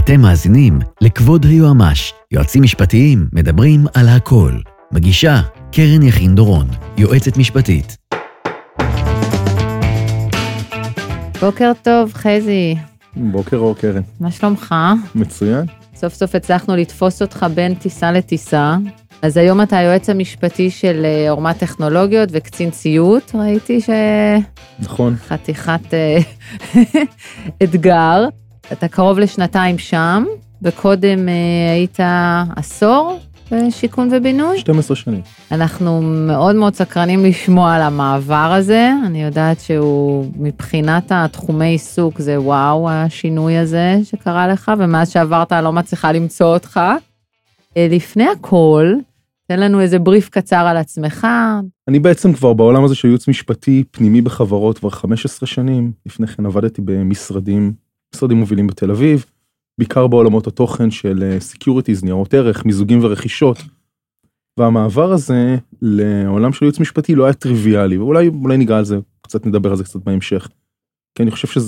אתם מאזינים לכבוד היועמ"ש, יועצים משפטיים מדברים על הכל. מגישה קרן יכין דורון, יועצת משפטית. בוקר טוב, חזי. בוקר אור קרן. מה שלומך? מצוין. סוף סוף הצלחנו לתפוס אותך בין טיסה לטיסה. אז היום אתה היועץ המשפטי של אורמת טכנולוגיות וקצין ציות, ראיתי נכון. חתיכת אתגר. אתה קרוב לשנתיים שם, וקודם היית עשור בשיכון ובינוי. 12 שנים. אנחנו מאוד מאוד סקרנים לשמוע על המעבר הזה, אני יודעת שהוא מבחינת התחומי עיסוק זה וואו השינוי הזה שקרה לך, ומאז שעברת לא מצליחה למצוא אותך. לפני הכל, תן לנו איזה בריף קצר על עצמך. אני בעצם כבר בעולם הזה של ייעוץ משפטי פנימי בחברות כבר 15 שנים, לפני כן עבדתי במשרדים מובילים בתל אביב, בעיקר בעולמות התוכן של סקיוריטיז, ניירות ערך, מיזוגים ורכישות, והמעבר הזה לעולם של ייעוץ משפטי לא היה טריוויאלי, ואולי ניגע על זה, קצת נדבר על זה קצת בהמשך, כי אני חושב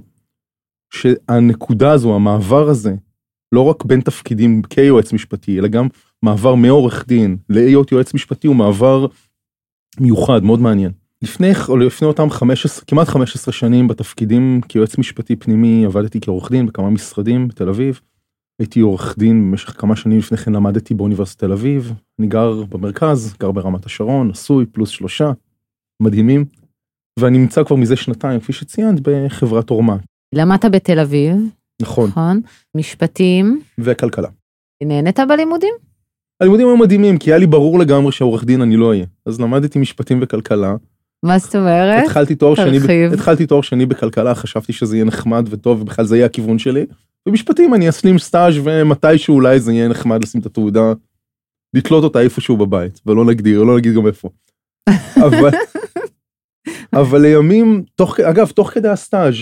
שהנקודה הזו, המעבר הזה, לא רק בין תפקידים כיועץ משפטי, אלא גם מעבר מעורך דין להיות יועץ משפטי, הוא מעבר מיוחד, מאוד מעניין. לפני אותם כמעט 15 שנים בתפקידים כיועץ משפטי פנימי, עבדתי כעורך דין בכמה משרדים בתל אביב. הייתי עורך דין במשך כמה שנים לפני כן למדתי באוניברסיטת תל אביב. אני גר במרכז, גר ברמת השרון, נשוי, +3, מדהימים. ואני נמצא כבר מזה שנתיים, כפי שציינת, בחברת אורמת. למדת בתל אביב. נכון. משפטים. וכלכלה. נהנית בלימודים? הלימודים היו מדהימים, כי היה לי ברור לגמרי שעורך דין אני לא אהיה. אז למדתי משפטים וכלכלה. מה זאת אומרת? התחלתי תואר שני בכלכלה, חשבתי שזה יהיה נחמד וטוב, ובכלל זה יהיה הכיוון שלי. במשפטים אני אסלים סטאז' ומתישהו אולי זה יהיה נחמד לשים את התעודה, לתלות אותה איפשהו בבית, ולא נגיד גם איפה. אבל לימים, תוך כדי הסטאז'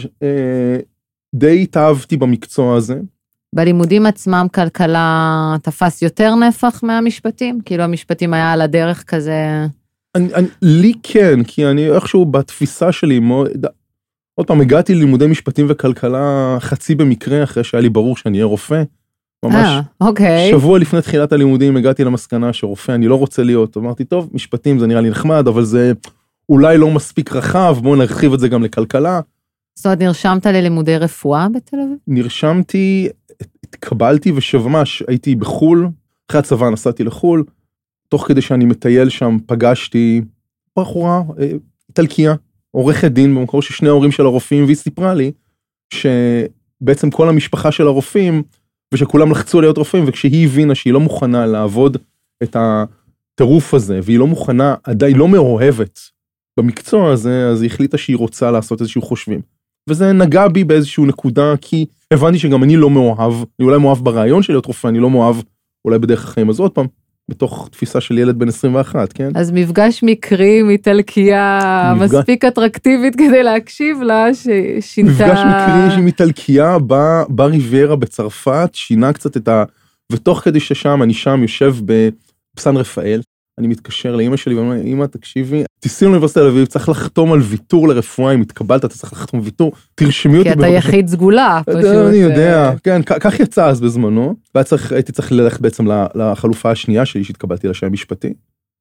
די התאהבתי במקצוע הזה. בלימודים עצמם כלכלה תפס יותר נפח מהמשפטים? כאילו המשפטים היה על הדרך כזה... לי כן, כי אני איכשהו בתפיסה שלי, עוד פעם הגעתי ללימודי משפטים וכלכלה חצי במקרה, אחרי שהיה לי ברור שאני אהיה רופא. ממש שבוע לפני תחילת הלימודים הגעתי למסקנה שרופא אני לא רוצה להיות. אמרתי, טוב, משפטים זה נראה לי נחמד, אבל זה אולי לא מספיק רחב, בואו נרחיב את זה גם לכלכלה. זאת אומרת, נרשמת ללימודי רפואה בתל אביב? נרשמתי, התקבלתי ושממש הייתי בחול, אחרי הצבא נסעתי לחול, תוך כדי שאני מטייל שם פגשתי בחורה, איטלקיה, עורכת דין במקור ששני ההורים של הרופאים, והיא סיפרה לי שבעצם כל המשפחה של הרופאים, ושכולם לחצו להיות רופאים, וכשהיא הבינה שהיא לא מוכנה לעבוד את הטירוף הזה, והיא לא מוכנה, עדיין לא מאוהבת במקצוע הזה, אז היא החליטה שהיא רוצה לעשות איזשהו חושבים. וזה נגע בי באיזשהו נקודה, כי הבנתי שגם אני לא מאוהב, אני אולי מאוהב ברעיון של להיות רופא, אני לא מאוהב אולי בדרך החיים, אז עוד פעם, בתוך תפיסה של ילד בן 21, כן? אז מפגש מקרי איטלקיה מספיק אטרקטיבית כדי להקשיב לה, ששינתה... מפגש מקרי מאיטלקיה בריביירה בצרפת, שינה קצת ותוך כדי ששם, אני שם יושב בסן רפאל, אני מתקשר לאמא שלי ואומר, אמא תקשיבי, תיסעי לאוניברסיטת תל אביב, צריך לחתום על ויתור לרפואה, אם התקבלת, אתה צריך לחתום ויתור, תרשמי אותי. כי אתה יחיד סגולה, פשוט. אני יודע, כן, כך יצא אז בזמנו, הייתי צריך ללכת בעצם לחלופה השנייה שלי, שהתקבלתי לשם משפטי,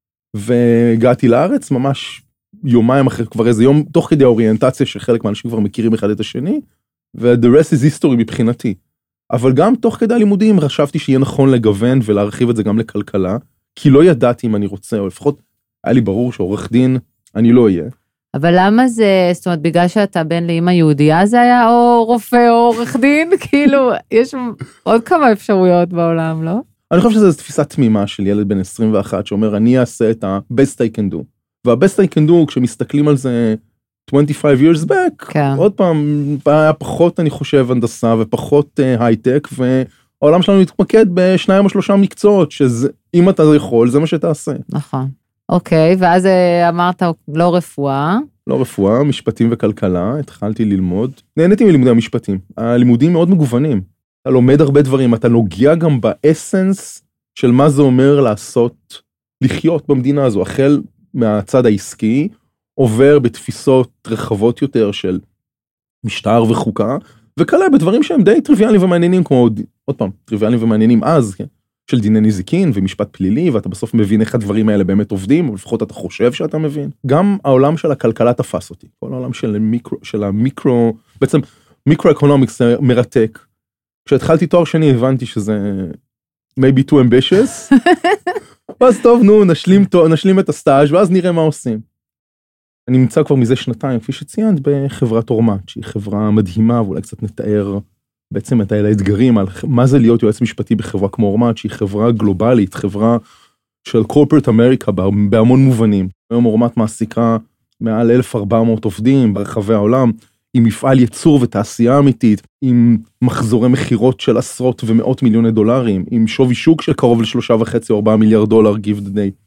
והגעתי לארץ, ממש יומיים אחרי, כבר איזה יום, תוך כדי האוריינטציה, שחלק מהאנשים כבר מכירים אחד את השני, ו-the rest is history מבחינתי. אבל גם תוך כדי הלימודים, חשבתי שיהיה נכון לגוון ולהרחיב את זה גם לכלכלה, כי לא ידעתי אם אני רוצה, או לפחות היה לי ברור שעורך דין אני לא אהיה. אבל למה זה, זאת אומרת, בגלל שאתה בן לאמא יהודייה זה היה או רופא או עורך דין? כאילו, יש עוד כמה אפשרויות בעולם, לא? אני חושב שזו תפיסה תמימה של ילד בן 21, שאומר, אני אעשה את ה-best I can do. וה-best I can do, כשמסתכלים על זה 25 years back, כן. עוד פעם, היה פחות, אני חושב, הנדסה ופחות הייטק, העולם שלנו מתמקד בשניים או שלושה מקצועות, שאם אתה יכול, זה מה שתעשה. נכון. אוקיי, ואז אמרת, לא רפואה. לא רפואה, משפטים וכלכלה, התחלתי ללמוד. נהניתי מלימודי המשפטים. הלימודים מאוד מגוונים. אתה לומד הרבה דברים, אתה נוגע גם באסנס של מה זה אומר לעשות, לחיות במדינה הזו, החל מהצד העסקי, עובר בתפיסות רחבות יותר של משטר וחוקה, וכלה בדברים שהם די טריוויאליים ומעניינים, כמו עוד פעם, טריוויאליים ומעניינים אז, כן? של דיני נזיקין ומשפט פלילי, ואתה בסוף מבין איך הדברים האלה באמת עובדים, או לפחות אתה חושב שאתה מבין. גם העולם של הכלכלה תפס אותי, כל העולם של המיקרו, בעצם מיקרו-אקונומיקס מרתק. כשהתחלתי תואר שני הבנתי שזה maybe too ambitious, ואז טוב, נו, נשלים את הסטאז' ואז נראה מה עושים. אני נמצא כבר מזה שנתיים, כפי שציינת, בחברת אורמט, שהיא חברה מדהימה, ואולי קצת נתאר בעצם את האתגרים על מה זה להיות יועץ משפטי בחברה כמו אורמט, שהיא חברה גלובלית, חברה של corporate America בהמון מובנים. היום אורמט מעסיקה מעל 1,400 עובדים ברחבי העולם, עם מפעל ייצור ותעשייה אמיתית, עם מחזורי מחירות של עשרות ומאות מיליוני דולרים, עם שווי שוק של קרוב ל3.5 או 4 מיליארד דולר give the day.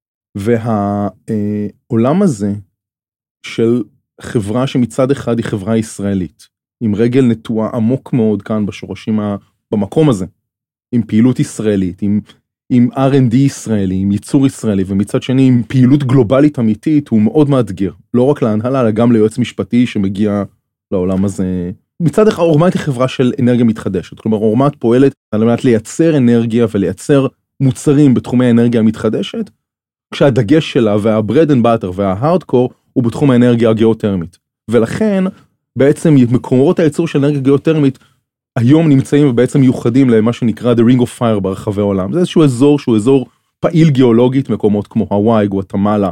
והעולם הזה של חברה שמצד אחד היא חברה ישראלית, עם רגל נטועה עמוק מאוד כאן בשורשים במקום הזה, עם פעילות ישראלית, עם R&D ישראלי, עם ייצור ישראלי, ומצד שני עם פעילות גלובלית אמיתית, הוא מאוד מאתגר. לא רק להנהלה, אלא גם ליועץ משפטי שמגיע לעולם הזה. מצד אחד, אורמט היא חברה של אנרגיה מתחדשת. כלומר, אורמט פועלת על מנת לייצר אנרגיה ולייצר מוצרים בתחומי האנרגיה המתחדשת, כשהדגש שלה והברד אנד באטר וההארדקור הוא בתחום האנרגיה הגיאותרמית. ולכן, בעצם מקומות הייצור של אנרגיה גיאותרמית היום נמצאים ובעצם מיוחדים למה שנקרא The Ring of Fire ברחבי העולם. זה איזשהו אזור שהוא אזור פעיל גיאולוגית, מקומות כמו הוואי, גואטמלה.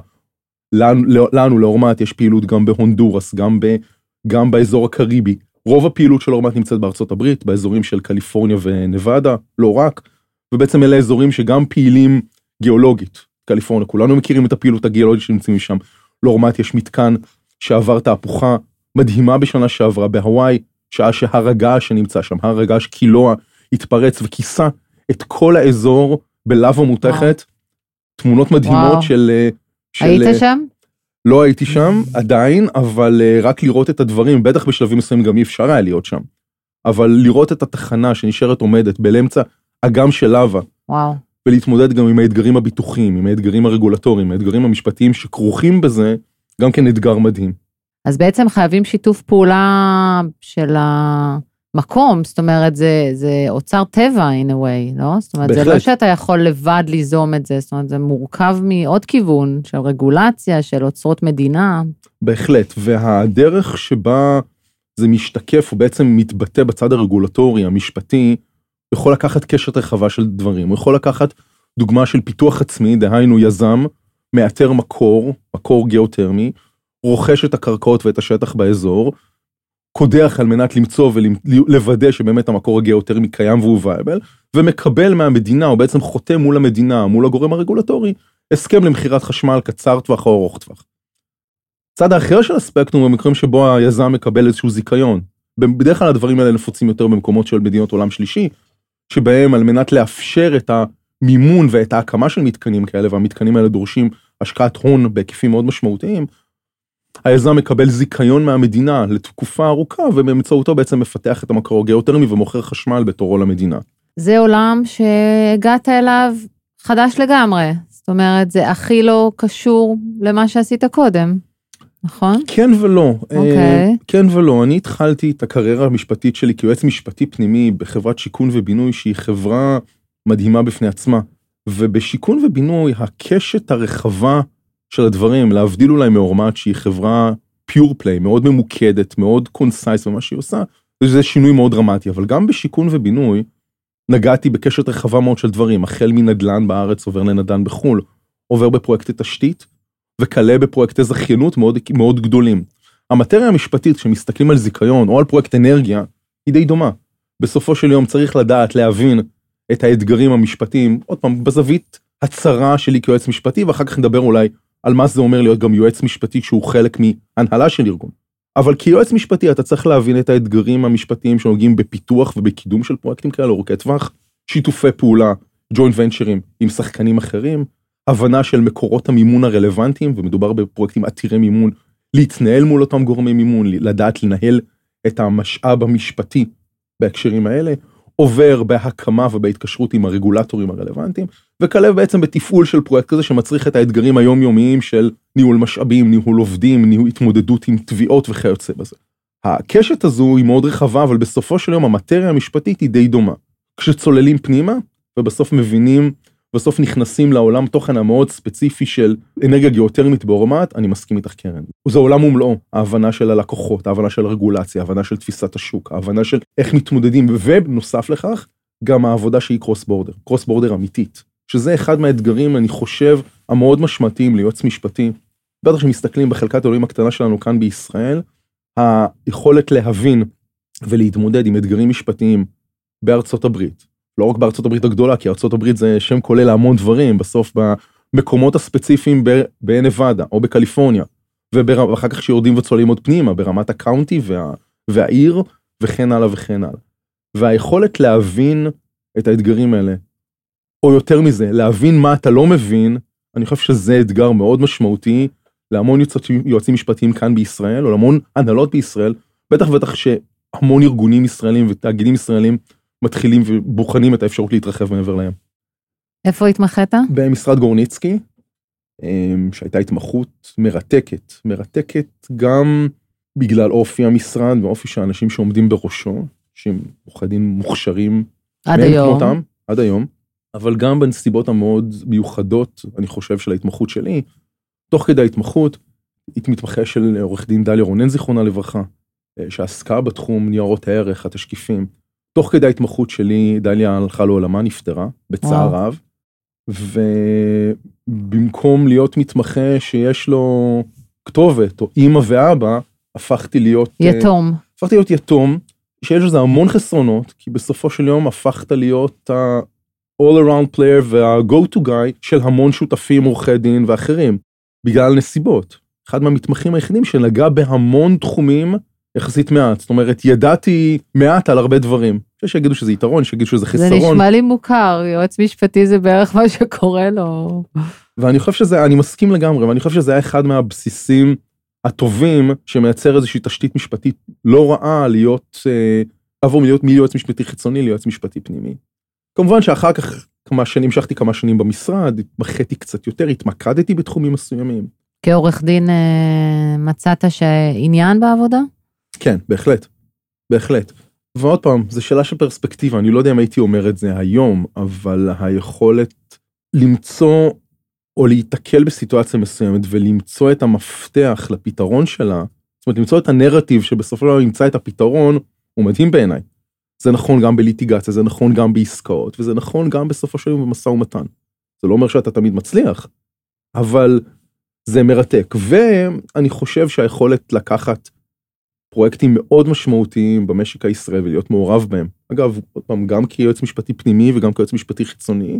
לנו לאורמט יש פעילות גם בהונדורס, גם באזור הקריבי. רוב הפעילות של אורמט נמצאת בארצות הברית, באזורים של קליפורניה ונבדה, לא רק. ובעצם אלה אזורים שגם פעילים גיאולוגית. קליפורניה, כולנו מכירים את הפעילות הגיאולוגית שנמצאים שם. לאורמט יש מתקן שעבר תהפוכה מדהימה בשנה שעברה בהוואי, שעה שהר הגעש שנמצא שם, הר הגעש קילוע, התפרץ וכיסה את כל האזור בלאבה מותכת, תמונות מדהימות של... היית שם? לא הייתי שם עדיין, אבל רק לראות את הדברים, בטח בשלבים מסוימים גם אי אפשר היה להיות שם, אבל לראות את התחנה שנשארת עומדת באמצע אגם של לאבה, ולהתמודד גם עם האתגרים הביטוחיים, עם האתגרים הרגולטוריים, האתגרים המשפטיים שכרוכים בזה, גם כן אתגר מדהים. אז בעצם חייבים שיתוף פעולה של המקום, זאת אומרת, זה אוצר טבע in a way, לא? זאת אומרת, בהחלט. זה לא שאתה יכול לבד ליזום את זה, זאת אומרת, זה מורכב מעוד כיוון, של רגולציה, של אוצרות מדינה. בהחלט, והדרך שבה זה משתקף, הוא בעצם מתבטא בצד הרגולטורי, המשפטי, יכול לקחת קשת רחבה של דברים, הוא יכול לקחת דוגמה של פיתוח עצמי, דהיינו יזם, מאתר מקור גיאותרמי, רוכש את הקרקעות ואת השטח באזור, קודח על מנת למצוא ולוודא שבאמת המקור הגיאותרמי קיים והוא וייבל, ומקבל מהמדינה, או בעצם חותם מול המדינה, מול הגורם הרגולטורי, הסכם למחירת חשמל קצר טווח או ארוך טווח. צד האחר של הספקטרום, במקרים שבו היזם מקבל איזשהו זיכיון, בדרך כלל הדברים האלה נפוצים יותר במקומות של מדינות עולם שלישי, שבהם על מנת לאפשר את המימון ואת ההקמה של מתקנים כאלה, והמתקנים האלה דורשים השקעת הון בהיקפים מאוד משמעותיים, היזם מקבל זיכיון מהמדינה לתקופה ארוכה, ובאמצעותו בעצם מפתח את המקור הגיאותרמי ומוכר חשמל בתורו למדינה. זה עולם שהגעת אליו חדש לגמרי, זאת אומרת, זה הכי לא קשור למה שעשית קודם, נכון? כן ולא, כן ולא, אני התחלתי את הקריירה המשפטית שלי כיועץ משפטי פנימי בחברת שיכון ובינוי, שהיא חברה מדהימה בפני עצמה, ובשיכון ובינוי הקשת הרחבה של הדברים, להבדיל אולי מאורמט שהיא חברה פיור פליי, מאוד ממוקדת, מאוד קונסייס במה שהיא עושה, זה שינוי מאוד דרמטי, אבל גם בשיכון ובינוי, נגעתי בקשת רחבה מאוד של דברים, החל מנדל"ן בארץ עובר לנדל"ן בחול, עובר בפרויקטי תשתית, וכלה בפרויקטי זכיינות מאוד, מאוד גדולים. המטריה המשפטית, כשמסתכלים על זיכיון או על פרויקט אנרגיה, היא די דומה. בסופו של יום צריך לדעת, להבין את האתגרים המשפטיים, עוד פעם, בזווית הצרה שלי כיועץ משפטי, ואחר כך נדבר אולי על מה זה אומר להיות גם יועץ משפטי שהוא חלק מהנהלה של ארגון. אבל כיועץ משפטי אתה צריך להבין את האתגרים המשפטיים שנוגעים בפיתוח ובקידום של פרויקטים כאלה ארוכי טווח, שיתופי פעולה, ג'וינט ונצ'רים עם שחקנים אחרים, הבנה של מקורות המימון הרלוונטיים, ומדובר בפרויקטים עתירי מימון, להתנהל מול אותם גורמי מימון, לדעת לנהל את המשאב המשפטי בהקשרים האלה, עובר בהקמה ובהתקשרות עם הרגולטורים הרלוונטיים, וכלב בעצם בתפעול של פרויקט כזה שמצריך את האתגרים היומיומיים של ניהול משאבים, ניהול עובדים, ניהול התמודדות עם תביעות וכיוצא בזה. הקשת הזו היא מאוד רחבה, אבל בסופו של יום המטריה המשפטית היא די דומה. כשצוללים פנימה, ובסוף מבינים, בסוף נכנסים לעולם תוכן המאוד ספציפי של אנרגיה גיאותרמית באורמט, אני מסכים איתך קרן. זה עולם ומלואו, ההבנה של הלקוחות, ההבנה של הרגולציה, ההבנה של תפיסת השוק, ההבנה של איך מתמודדים, ובנוסף לכך, גם העבודה שהיא קרוס בורדר אמיתית, שזה אחד מהאתגרים, אני חושב, המאוד משמעותיים ליועץ משפטי, בטח שמסתכלים בחלקת אלוהים הקטנה שלנו כאן בישראל, היכולת להבין ולהתמודד עם אתגרים משפטיים בארצות הברית, לא רק בארצות הברית הגדולה, כי ארצות הברית זה שם כולל המון דברים, בסוף במקומות הספציפיים בנבדה או בקליפורניה, ואחר כך שיורדים וצוללים עוד פנימה, ברמת הקאונטי והעיר, וכן הלאה וכן הלאה. והיכולת להבין את האתגרים האלה, או יותר מזה, להבין מה אתה לא מבין, אני חושב שזה אתגר מאוד משמעותי, להמון יועצים משפטיים כאן בישראל, או להמון הנהלות בישראל, בטח שהמון ארגונים ישראלים ותאגידים ישראלים, מתחילים ובוחנים את האפשרות להתרחב מעבר להם. איפה התמחת? במשרד גורניצקי, שהייתה התמחות מרתקת גם בגלל אופי המשרד, ואופי שהאנשים שעומדים בראשו, שהם עורכי דין מוכשרים, עד היום, אבל גם בנסיבות המאוד מיוחדות, אני חושב, של ההתמחות שלי, תוך כדי ההתמחות, הייתי מתמחה של עורך דין דליה רונן, זיכרונה לברכה, שעסקה בתחום ניירות הערך, התשקיפים. תוך כדי ההתמחות שלי, דליה הלכה לעולמה, נפטרה, בצער רב, ובמקום להיות מתמחה שיש לו כתובת, או אמא ואבא, הפכתי להיות יתום, שיש לזה המון חסרונות, כי בסופו של יום הפכת להיות all around player וה-go to guy של המון שותפים, עורכי דין ואחרים, בגלל נסיבות. אחד מהמתמחים היחידים שנגע בהמון תחומים יחסית מעט, זאת אומרת, ידעתי מעט על הרבה דברים. שיגידו שזה יתרון, שיגידו שזה חיסרון. זה נשמע לי מוכר, יועץ משפטי זה בערך מה שקורה לו. ואני חושב שזה, אני מסכים לגמרי, ואני חושב שזה היה אחד מהבסיסים הטובים, שמייצר איזושהי תשתית משפטית לא רעה לעבור מיועץ משפטי חיצוני ליועץ משפטי פנימי. כמובן שאחר כך המשכתי כמה שנים במשרד, התמחיתי קצת יותר, התמקדתי בתחומים מסוימים. כעורך דין מצאת שעניין בעבודה? כן, בהחלט. ועוד פעם, זו שאלה של פרספקטיבה, אני לא יודע אם הייתי אומר את זה היום, אבל היכולת למצוא או להתקל בסיטואציה מסוימת ולמצוא את המפתח לפתרון שלה, זאת אומרת, למצוא את הנרטיב שבסופו של דבר ימצא את הפתרון, הוא מדהים בעיניי. זה נכון גם בליטיגציה, זה נכון גם בעסקאות, וזה נכון גם בסופו של דבר במשא ומתן. זה לא אומר שאתה תמיד מצליח, אבל זה מרתק. ואני חושב שהיכולת לקחת פרויקטים מאוד משמעותיים במשק הישראלי ולהיות מעורב בהם. אגב, עוד פעם, גם כיועץ משפטי פנימי וגם כיועץ משפטי חיצוני,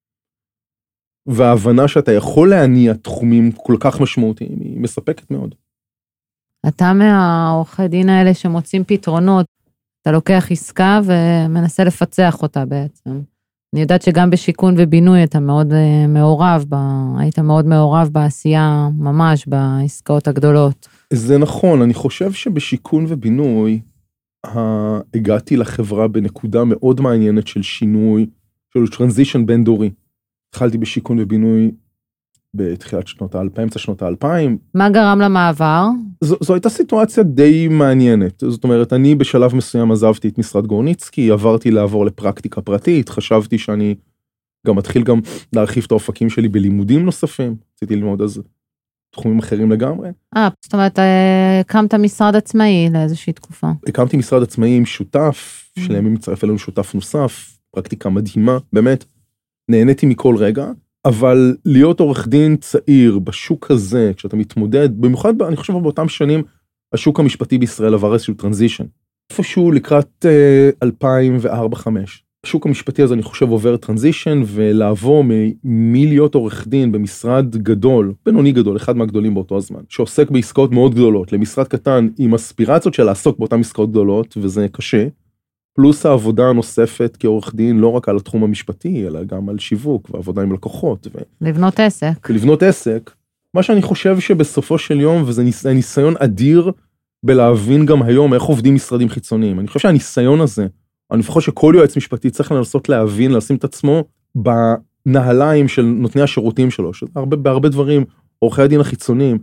וההבנה שאתה יכול להניע תחומים כל כך משמעותיים, היא מספקת מאוד. אתה מהעורכי דין האלה שמוצאים פתרונות, אתה לוקח עסקה ומנסה לפצח אותה בעצם. אני יודעת שגם בשיכון ובינוי אתה מאוד מעורב, היית מאוד מעורב בעשייה ממש בעסקאות הגדולות. זה נכון, אני חושב שבשיכון ובינוי, הגעתי לחברה בנקודה מאוד מעניינת של שינוי, של טרנזישן בין דורי. התחלתי בשיכון ובינוי בתחילת אמצע שנות ה-2000. מה גרם למעבר? זו הייתה סיטואציה די מעניינת. זאת אומרת, אני בשלב מסוים עזבתי את משרד גורניצקי, עברתי לעבור לפרקטיקה פרטית, חשבתי שאני גם מתחיל גם להרחיב את האופקים שלי בלימודים נוספים, רציתי ללמוד אז תחומים אחרים לגמרי. זאת אומרת, הקמת משרד עצמאי לאיזושהי תקופה. הקמתי משרד עצמאי עם שותף, שלימים מצטרף אלינו שותף נוסף, פרקטיקה מדהימה, באמת, נהניתי מכל רגע, אבל להיות עורך דין צעיר בשוק הזה, כשאתה מתמודד, במיוחד, אני חושב באותם שנים, השוק המשפטי בישראל עבר איזשהו טרנזישן. איפשהו לקראת 2004-2005. השוק המשפטי הזה, אני חושב, עובר טרנזישן, ולעבור מלהיות עורך דין במשרד גדול, בינוני גדול, אחד מהגדולים באותו הזמן, שעוסק בעסקאות מאוד גדולות, למשרד קטן עם אספירציות של לעסוק באותן עסקאות גדולות, וזה קשה, פלוס העבודה הנוספת כעורך דין, לא רק על התחום המשפטי, אלא גם על שיווק ועבודה עם לקוחות. לבנות עסק. לבנות עסק. מה שאני חושב שבסופו של יום, וזה ניסיון אדיר, בלהבין גם היום איך עובדים משרדים חיצוניים. אני חושב שהניסיון הזה, אני חושב שכל יועץ משפטי צריך לנסות להבין, לשים את עצמו בנהליים של נותני השירותים שלו, בהרבה דברים, עורכי הדין החיצוניים,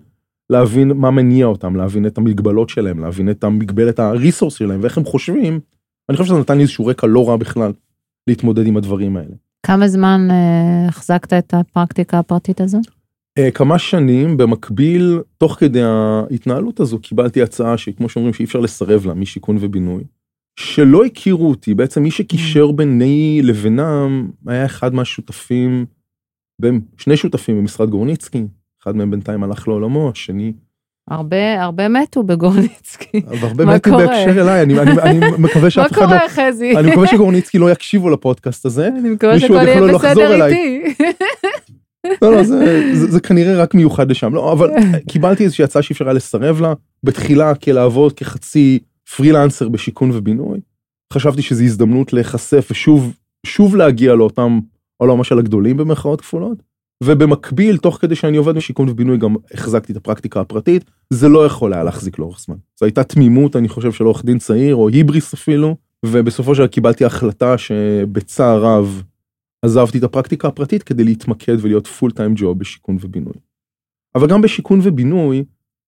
להבין מה מניע אותם, להבין את המגבלות שלהם, להבין את המגבלת הריסורס שלהם, ואיך הם חושבים. אני חושב שזה נתן לי איזשהו רקע לא רע בכלל, להתמודד עם הדברים האלה. כמה זמן החזקת את הפרקטיקה הפרטית הזו? כמה שנים, במקביל, תוך כדי ההתנהלות הזו, קיבלתי הצעה שכמו שאומרים שאי אפשר לסרב לה, משיכון ובינוי, שלא הכירו אותי, בעצם מי שקישר ביני לבינם, היה אחד מהשותפים, שני שותפים במשרד גורניצקי, אחד מהם בינתיים הלך לעולמו, השני... הרבה מתו בגורניצקי. והרבה מתו בהקשר אליי, אני מקווה שאף אחד לא... מה קורה, חזי? אני מקווה שגורניצקי לא יקשיבו לפודקאסט הזה. אני מקווה שכל יהיה בסדר איתי. לא, זה כנראה רק מיוחד לשם. לא, אבל קיבלתי איזושהי הצעה שאפשרה לסרב לה, בתחילה כלעבוד כחצי פרילנסר בשיכון ובינוי. חשבתי שזו הזדמנות להיחשף ושוב להגיע לאותם עולמה של הגדולים במרכאות כפולות. ובמקביל, תוך כדי שאני עובד בשיכון ובינוי, גם החזקתי את הפרקטיקה הפרטית, זה לא יכול היה להחזיק לאורך זמן. זו הייתה תמימות, אני חושב, של עורך דין צעיר, או היבריס אפילו, ובסופו של דבר קיבלתי החלטה שבצער רב עזבתי את הפרקטיקה הפרטית כדי להתמקד ולהיות פול טיים ג'וב בשיכון ובינוי. אבל גם בשיכון ובינוי,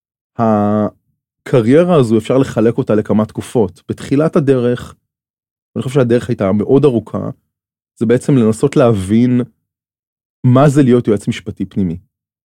הקריירה הזו אפשר לחלק אותה לכמה תקופות. בתחילת הדרך, אני חושב שהדרך הייתה מאוד ארוכה, זה בעצם לנסות להבין מה זה להיות יועץ משפטי פנימי.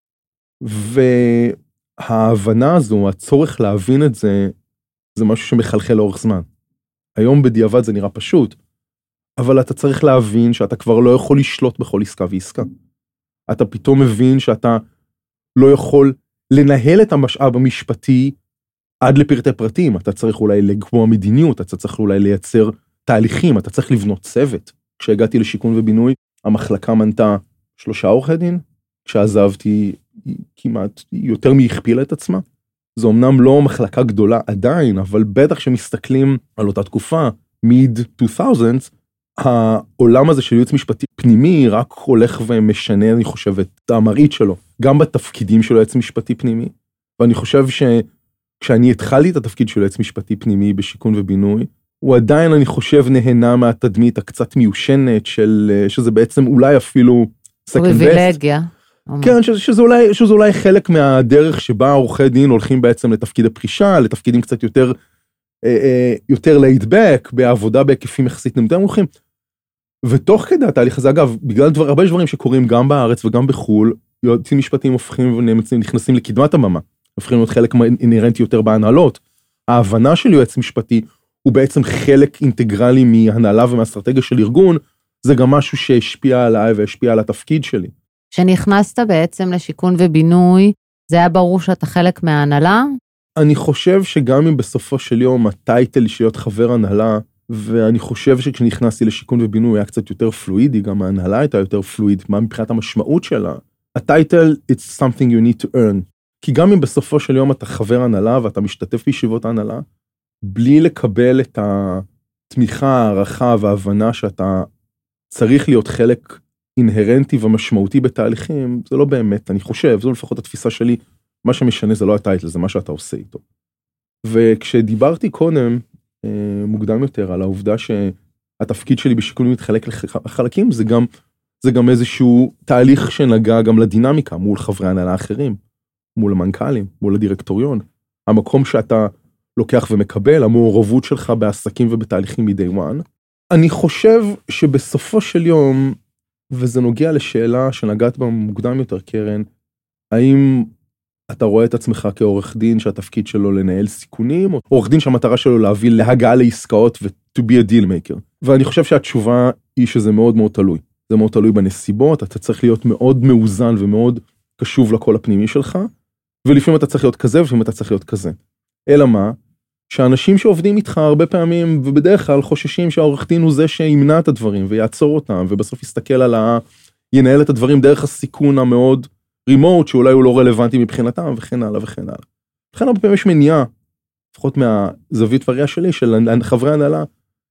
וההבנה הזו, הצורך להבין את זה, זה משהו שמחלחל לאורך זמן. היום בדיעבד זה נראה פשוט, אבל אתה צריך להבין שאתה כבר לא יכול לשלוט בכל עסקה ועסקה. אתה פתאום מבין שאתה לא יכול לנהל את המשאב המשפטי עד לפרטי פרטים. אתה צריך אולי לקבוע מדיניות, אתה צריך אולי לייצר תהליכים, אתה צריך לבנות צוות. כשהגעתי לשיכון ובינוי, המחלקה מנתה 3 עורכי דין, כשעזבתי כמעט יותר מהכפילה את עצמה. זו אמנם לא מחלקה גדולה עדיין, אבל בטח שמסתכלים על אותה תקופה, mid-2000s, העולם הזה של ייעוץ משפטי פנימי רק הולך ומשנה, אני חושב, את המראית שלו, גם בתפקידים של ייעוץ משפטי פנימי, ואני חושב שכשאני התחלתי את התפקיד של ייעוץ משפטי פנימי בשיכון ובינוי, הוא עדיין, אני חושב, נהנה מהתדמית הקצת מיושנת, שזה בעצם אולי אפילו פריבילגיה. כן, שזה אולי חלק מהדרך שבה עורכי דין הולכים בעצם לתפקיד הפרישה, לתפקידים קצת יותר להידבק, בעבודה בהיקפים יחסית נמוכים. ותוך כדי התהליך הזה, אגב, בגלל הרבה דברים שקורים גם בארץ וגם בחול, יועצים משפטיים הופכים ונכנסים לקדמת הבמה, הופכים להיות חלק אינהרנטי יותר בהנהלות. ההבנה של יועץ משפטי הוא בעצם חלק אינטגרלי מהנהלה ומהאסטרטגיה של ארגון, זה גם משהו שהשפיע עליי והשפיע על התפקיד שלי. כשנכנסת בעצם לשיכון ובינוי, זה היה ברור שאתה חלק מההנהלה? אני חושב שגם אם בסופו של יום הטייטל של להיות חבר הנהלה, ואני חושב שכשנכנסתי לשיכון ובינוי היה קצת יותר פלואידי, גם ההנהלה הייתה יותר פלואיד, מה מבחינת המשמעות שלה? הטייטל, it's something you need to earn. כי גם אם בסופו של יום אתה חבר הנהלה ואתה משתתף בישיבות ההנהלה, בלי לקבל את התמיכה, הערכה וההבנה שאתה צריך להיות חלק אינהרנטי ומשמעותי בתהליכים, זה לא באמת, אני חושב, זו לפחות התפיסה שלי, מה שמשנה זה לא הטייטל, זה מה שאתה עושה איתו. וכשדיברתי קודם, מוקדם יותר, על העובדה שהתפקיד שלי בשיכון מתחלק לחלקים, זה גם איזשהו תהליך שנגע גם לדינמיקה, מול חברי הנהלה אחרים, מול המנכ"לים, מול הדירקטוריון, המקום שאתה לוקח ומקבל, המעורבות שלך בעסקים ובתהליכים מ-day one. אני חושב שבסופו של יום, וזה נוגע לשאלה שנגעת בה מוקדם יותר, קרן, האם אתה רואה את עצמך כעורך דין שהתפקיד שלו לנהל סיכונים, או עורך דין שהמטרה שלו להביא להגעה לעסקאות ו-to be a deal maker. ואני חושב שהתשובה היא שזה מאוד מאוד תלוי. זה מאוד תלוי בנסיבות, אתה צריך להיות מאוד מאוזן ומאוד קשוב לקול הפנימי שלך, ולפעמים אתה צריך להיות כזה ולפעמים אתה צריך להיות כזה. אלא מה? שאנשים שעובדים איתך הרבה פעמים ובדרך כלל חוששים שהעורך דין הוא זה שימנע את הדברים ויעצור אותם, ובסוף יסתכל ינהל את הדברים דרך הסיכון המאוד רימוט, שאולי הוא לא רלוונטי מבחינתם, וכן הלאה וכן הלאה. לכן הרבה פעמים יש מניעה, לפחות מהזווית והראייה שלי, של חברי הנהלה,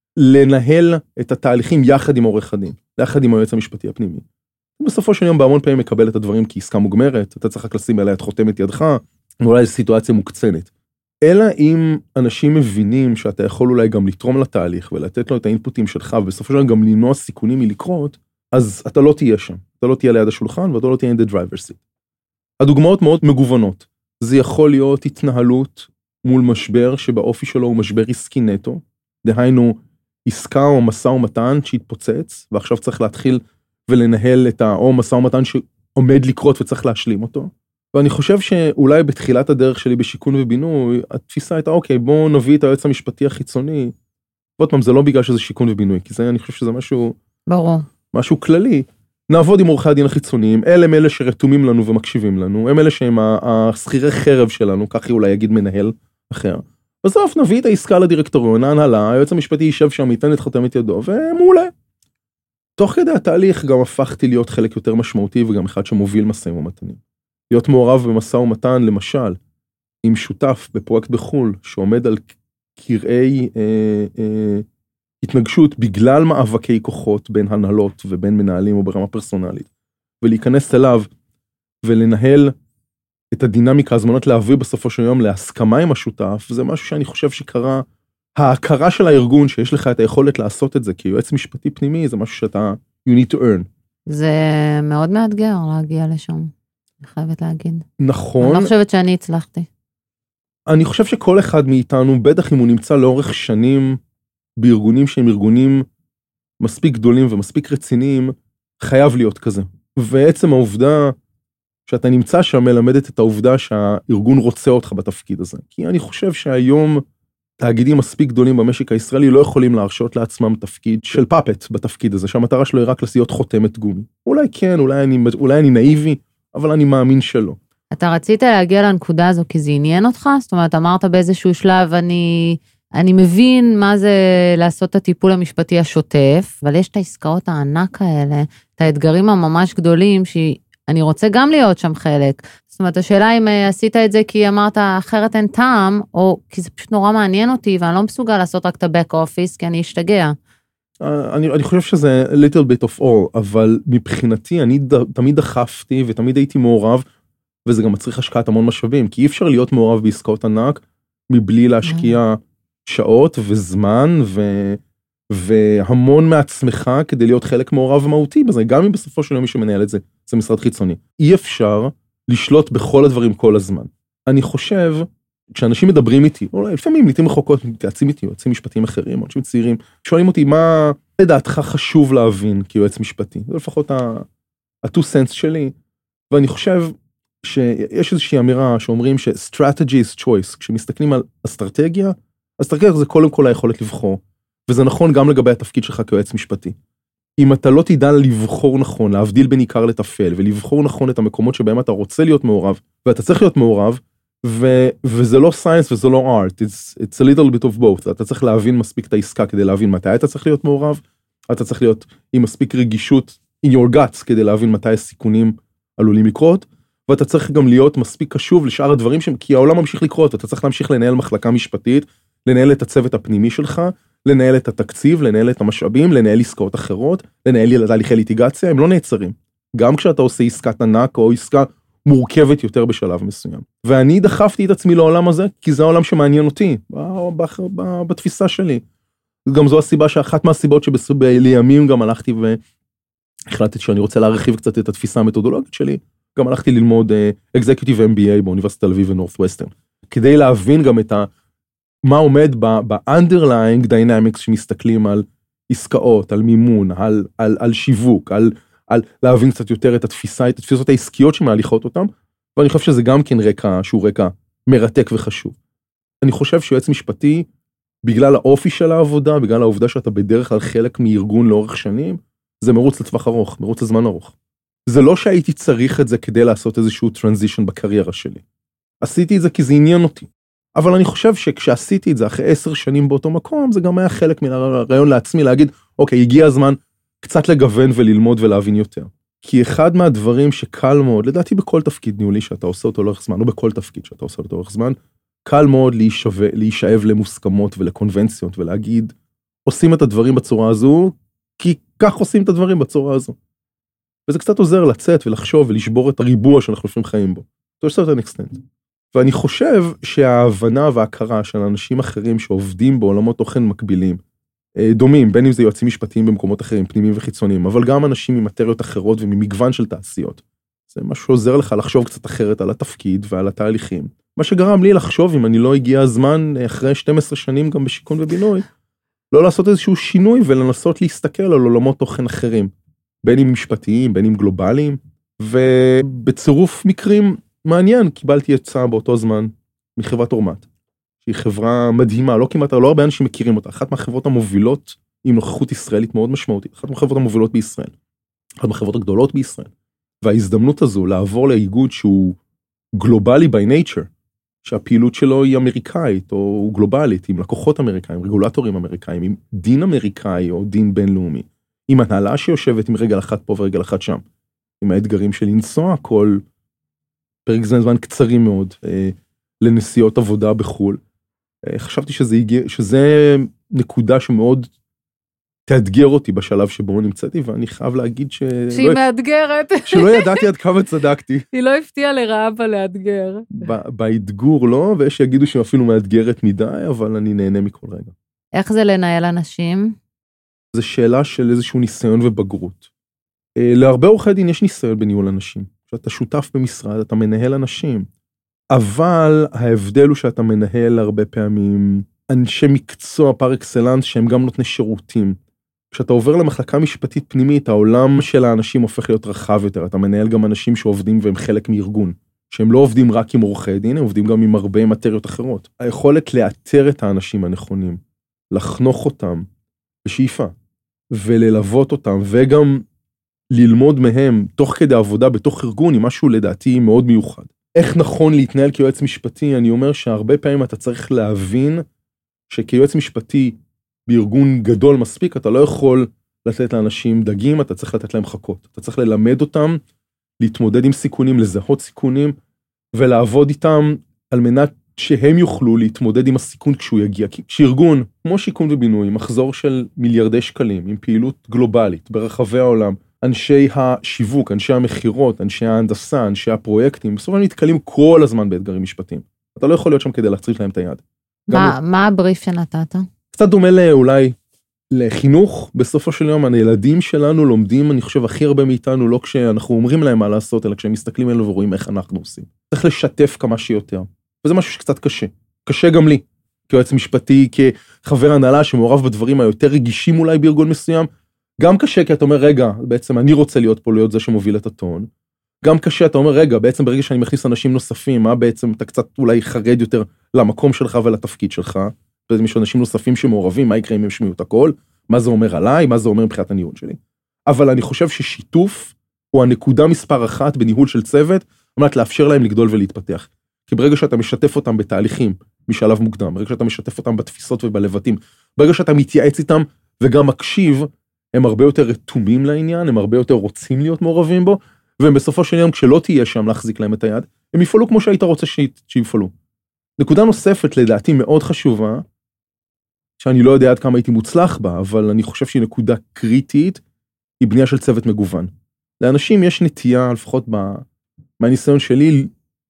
לנהל את התהליכים יחד עם עורך הדין, יחד עם היועץ המשפטי הפנימי. בסופו של יום בהמון פעמים מקבל את הדברים כעסקה מוגמרת, אתה צריך רק לשים עליה את חותמת ידך, אולי זו סיטואציה מוקצנת. אלא אם אנשים מבינים שאתה יכול אולי גם לתרום לתהליך, ולתת לו את האינפוטים שלך, ובסופו של דבר גם למנוע סיכונים מלקרות, אז אתה לא תהיה שם. אתה לא תהיה ליד השולחן, ואתה לא תהיה in the driver's seat. הדוגמאות מאוד מגוונות. זה יכול להיות התנהלות מול משבר שבאופי שלו הוא משבר עסקי נטו, דהיינו עסקה או משא ומתן שהתפוצץ, ועכשיו צריך להתחיל ולנהל או משא ומתן שעומד לקרות וצריך להשלים אותו. ואני חושב שאולי בתחילת הדרך שלי בשיכון ובינוי, התפיסה הייתה, אוקיי, בואו נביא את היועץ המשפטי החיצוני. ועוד פעם, זה לא בגלל שזה שיכון ובינוי, כי זה, אני חושב שזה משהו, ברור. משהו כללי. נעבוד עם עורכי הדין החיצוניים, הם אלה שרתומים לנו ומקשיבים לנו, הם אלה שהם השכירי חרב שלנו, כך אולי יגיד מנהל אחר. בסוף נביא את העסקה לדירקטוריון, ההנהלה, היועץ המשפטי יישב שם, ייתן את חותמת ידו, ומעולה. תוך כדי התהליך גם הפכתי להיות חלק יותר משמעותי, וגם אחד שמוביל משאים ומתנים. להיות מעורב במשא ומתן, למשל, עם שותף בפרויקט בחול, שעומד על קרעי התנגשות, בגלל מאבקי כוחות בין הנהלות ובין מנהלים או ברמה פרסונלית, ולהיכנס אליו ולנהל את הדינמיקה, אז מנת להביא בסופו של יום להסכמה עם השותף, זה משהו שאני חושב שקרה, ההכרה של הארגון שיש לך את היכולת לעשות את זה, כי יועץ משפטי פנימי זה משהו שאתה, you need to earn. זה מאוד מאתגר להגיע לשם, אני חייבת להגיד. נכון. אני לא חושבת שאני הצלחתי. אני חושב שכל אחד מאיתנו, בטח אם הוא נמצא לאורך שנים, בארגונים שהם ארגונים מספיק גדולים ומספיק רציניים, חייב להיות כזה. ועצם העובדה שאתה נמצא שם מלמדת את העובדה שהארגון רוצה אותך בתפקיד הזה. כי אני חושב שהיום תאגידים מספיק גדולים במשק הישראלי לא יכולים להרשות לעצמם תפקיד של פאפט בתפקיד הזה, שהמטרה שלו היא רק להיות חותמת גומי. אולי כן, אולי אני נאיבי, אבל אני מאמין שלא. אתה רצית להגיע לנקודה הזו כי זה עניין אותך? זאת אומרת, אמרת באיזשהו שלב, אני מבין מה זה לעשות את הטיפול המשפטי השוטף, אבל יש את העסקאות הענק האלה, את האתגרים הממש גדולים, שאני רוצה גם להיות שם חלק. זאת אומרת, השאלה אם עשית את זה כי אמרת אחרת אין טעם, או כי זה פשוט נורא מעניין אותי, ואני לא מסוגל לעשות רק את ה-back office, כי אני אשתגע. אני חושב שזה little bit of all, אבל מבחינתי אני תמיד דחפתי ותמיד הייתי מעורב, וזה גם מצריך השקעת המון משאבים, כי אי אפשר להיות מעורב בעסקאות ענק, מבלי להשקיע שעות וזמן, והמון מעצמך, כדי להיות חלק מעורב ומהותי בזה, גם אם בסופו של יום מי שמנהל את זה, זה משרד חיצוני. אי אפשר לשלוט בכל הדברים כל הזמן. אני חושב, כשאנשים מדברים איתי, או לפעמים לעתים רחוקות, מתייעצים איתי, יועצים משפטיים אחרים, אנשים צעירים, שואלים אותי, מה לדעתך חשוב להבין כיועץ משפטי? זה לפחות ה-2 cents שלי, ואני חושב שיש איזושהי אמירה שאומרים ש-strategy is choice, כשמסתכלים על אסטרטגיה זה קודם כל היכולת לבחור, וזה נכון גם לגבי התפקיד שלך כיועץ משפטי. אם אתה לא תדע לבחור נכון, להבדיל בין עיקר לטפל, ולבחור נכון את המקומות שבהם אתה רוצה להיות מעורב, ואתה צריך להיות מעורב, וזה לא science וזה לא art, it's a little bit of both, אתה צריך להבין מספיק את העסקה כדי להבין מתי אתה צריך להיות מעורב, אתה צריך להיות עם מספיק רגישות in your guts כדי להבין מתי הסיכונים עלולים לקרות, ואתה צריך גם להיות מספיק קשוב לשאר הדברים כי העולם ממשיך לקרות, אתה צריך להמשיך לנהל מחלקה משפטית, לנהל את הצוות הפנימי שלך, לנהל את התקציב, לנהל את המשאבים, לנהל עסקאות אחרות, לנהל תהליכי ליטיגציה, הם לא נעצרים. גם כשאתה עושה עסקת ענק או עסקה מורכבת יותר בשלב מסוים. ואני דחפתי את עצמי לעולם הזה, כי זה העולם שמעניין אותי, בתפיסה שלי. גם זו הסיבה שאחת מהסיבות שלימים גם הלכתי והחלטתי שאני רוצה להרחיב קצת את התפיסה המתודולוגית שלי, גם הלכתי ללמוד Executive MBA באוניברסיטת תל אביב ונורת'ווסטרן, כדי להבין גם את מה עומד ב-underlying dynamics שמסתכלים על עסקאות, על מימון, על שיווק, על להבין קצת יותר את התפיסות העסקיות שמהליכות אותם, ואני חושב שזה גם כן רקע שהוא רקע מרתק וחשוב. אני חושב שיועץ משפטי, בגלל האופי של העבודה, בגלל העובדה שאתה בדרך כלל חלק מארגון לאורך שנים, זה מרוץ לטווח ארוך, מרוץ לזמן ארוך. זה לא שהייתי צריך את זה כדי לעשות איזשהו טרנזישן בקריירה שלי. עשיתי את זה כי זה עניין אותי. אבל אני חושב שכשעשיתי את זה אחרי 10 שנים באותו מקום, זה גם היה חלק מהרעיון לעצמי להגיד, אוקיי, הגיע הזמן קצת לגוון וללמוד ולהבין יותר. כי אחד מהדברים שקל מאוד, לדעתי בכל תפקיד ניהולי שאתה עושה אותו לאורך זמן, או בכל תפקיד שאתה עושה אותו לאורך זמן, קל מאוד להישאב למוסכמות ולקונבנציות ולהגיד, עושים את הדברים בצורה הזו, כי כך עושים את הדברים בצורה הזו. וזה קצת עוזר לצאת ולחשוב ולשבור את הריבוע שאנחנו לפעמים חיים בו. To a certain extent. ואני חושב שההבנה וההכרה של אנשים אחרים שעובדים בעולמות תוכן מקבילים, דומים, בין אם זה יועצים משפטיים במקומות אחרים, פנימיים וחיצוניים, אבל גם אנשים ממטריות אחרות וממגוון של תעשיות. זה מה שעוזר לך לחשוב קצת אחרת על התפקיד ועל התהליכים. מה שגרם לי לחשוב, אם אני לא הגיע הזמן, אחרי 12 שנים גם בשיכון ובינוי, לא לעשות איזשהו שינוי ולנסות להסתכל על עולמות תוכן אחרים, בין אם משפטיים, בין אם גלובליים, ובצירוף מקרים מעניין, קיבלתי הצעה באותו זמן מחברת אורמט, שהיא חברה מדהימה, לא הרבה אנשים מכירים אותה, אחת מהחברות המובילות עם נוכחות ישראלית מאוד משמעותית, אחת מהחברות המובילות בישראל, אחת מהחברות הגדולות בישראל, וההזדמנות הזו לעבור לאיגוד שהוא גלובלי by nature, שהפעילות שלו היא אמריקאית או גלובלית, עם לקוחות אמריקאים, רגולטורים אמריקאים, עם דין אמריקאי או דין בינלאומי, עם הנהלה שיושבת עם רגל אחת פה ורגל אחת שם, עם האתגרים של לנסוע כל פרק זמן קצרים מאוד לנסיעות עבודה בחול. חשבתי שזה נקודה שמאוד תאתגר אותי בשלב שבו נמצאתי, ואני חייב להגיד שהיא מאתגרת. שלא ידעתי עד כמה צדקתי. היא לא הפתיעה לרעה בלאתגר. באתגור לא, ויש שיגידו שהיא אפילו מאתגרת מדי, אבל אני נהנה מכל רגע. איך זה לנהל אנשים? זו שאלה של איזשהו ניסיון ובגרות. להרבה עורכי דין יש ניסיון בניהול אנשים. כשאתה שותף במשרד, אתה מנהל אנשים. אבל ההבדל הוא שאתה מנהל הרבה פעמים אנשי מקצוע פר אקסלנס שהם גם נותני שירותים. כשאתה עובר למחלקה משפטית פנימית, העולם של האנשים הופך להיות רחב יותר. אתה מנהל גם אנשים שעובדים והם חלק מארגון. שהם לא עובדים רק עם עורכי דין, הם עובדים גם עם הרבה מטריות אחרות. היכולת לאתר את האנשים הנכונים, לחנוך אותם בשאיפה, וללוות אותם, וגם ללמוד מהם תוך כדי עבודה בתוך ארגון, היא משהו לדעתי מאוד מיוחד. איך נכון להתנהל כיועץ משפטי? אני אומר שהרבה פעמים אתה צריך להבין שכיועץ משפטי בארגון גדול מספיק, אתה לא יכול לתת לאנשים דגים, אתה צריך לתת להם חכות. אתה צריך ללמד אותם, להתמודד עם סיכונים, לזהות סיכונים, ולעבוד איתם על מנת שהם יוכלו להתמודד עם הסיכון כשהוא יגיע. כי כשארגון, כמו שיכון ובינוי, מחזור של מיליארדי שקלים, עם פעילות גלובלית ברחבי העולם, אנשי השיווק, אנשי המחירות, אנשי ההנדסה, אנשי הפרויקטים, בסוף הם נתקלים כל הזמן באתגרים משפטיים. אתה לא יכול להיות שם כדי להצריך להם את היד. מה הבריף שנתת? קצת דומה אולי לחינוך, בסופו של יום הילדים שלנו לומדים, אני חושב הכי הרבה מאיתנו, לא כשאנחנו אומרים להם מה לעשות, אלא כשהם מסתכלים עלינו ורואים איך אנחנו עושים. צריך לשתף כמה שיותר. וזה משהו שקצת קשה. קשה גם לי, כיועץ משפטי, כחבר הנהלה שמעורב בדברים היותר רגישים אולי בארגון מסוים, גם קשה כי אתה אומר, רגע, בעצם אני רוצה להיות פה, להיות זה שמוביל את הטון. גם קשה, אתה אומר, רגע, בעצם ברגע שאני מכניס אנשים נוספים, מה בעצם אתה קצת אולי חרד יותר למקום שלך ולתפקיד שלך, בעצם יש אנשים נוספים שמעורבים, מה יקרה אם הם שמיעו את הכל, מה זה אומר עליי, מה זה אומר מבחינת הניהול שלי. אבל אני חושב ששיתוף הוא הנקודה מספר אחת בניהול של צוות, על מנת לאפשר להם לגדול ולהתפתח. כי ברגע שאתה משתף אותם בתהליכים משלב מוקדם, ברגע שאתה משתף אותם בתפיסות ובלבטים, ברגע שאתה מתייעץ איתם וגם מקשיב, הם הרבה יותר רתומים לעניין, הם הרבה יותר רוצים להיות מעורבים בו, והם בסופו של יום כשלא תהיה שם להחזיק להם את היד, הם יפעלו כמו שהיית רוצה שיפעלו. נקודה נוספת לדעתי מאוד חשובה, שאני לא יודע עד כמה הייתי מוצלח בה, אבל אני חושב שהיא נקודה קריטית, היא בנייה של צוות מגוון. לאנשים יש נטייה, לפחות מהניסיון שלי,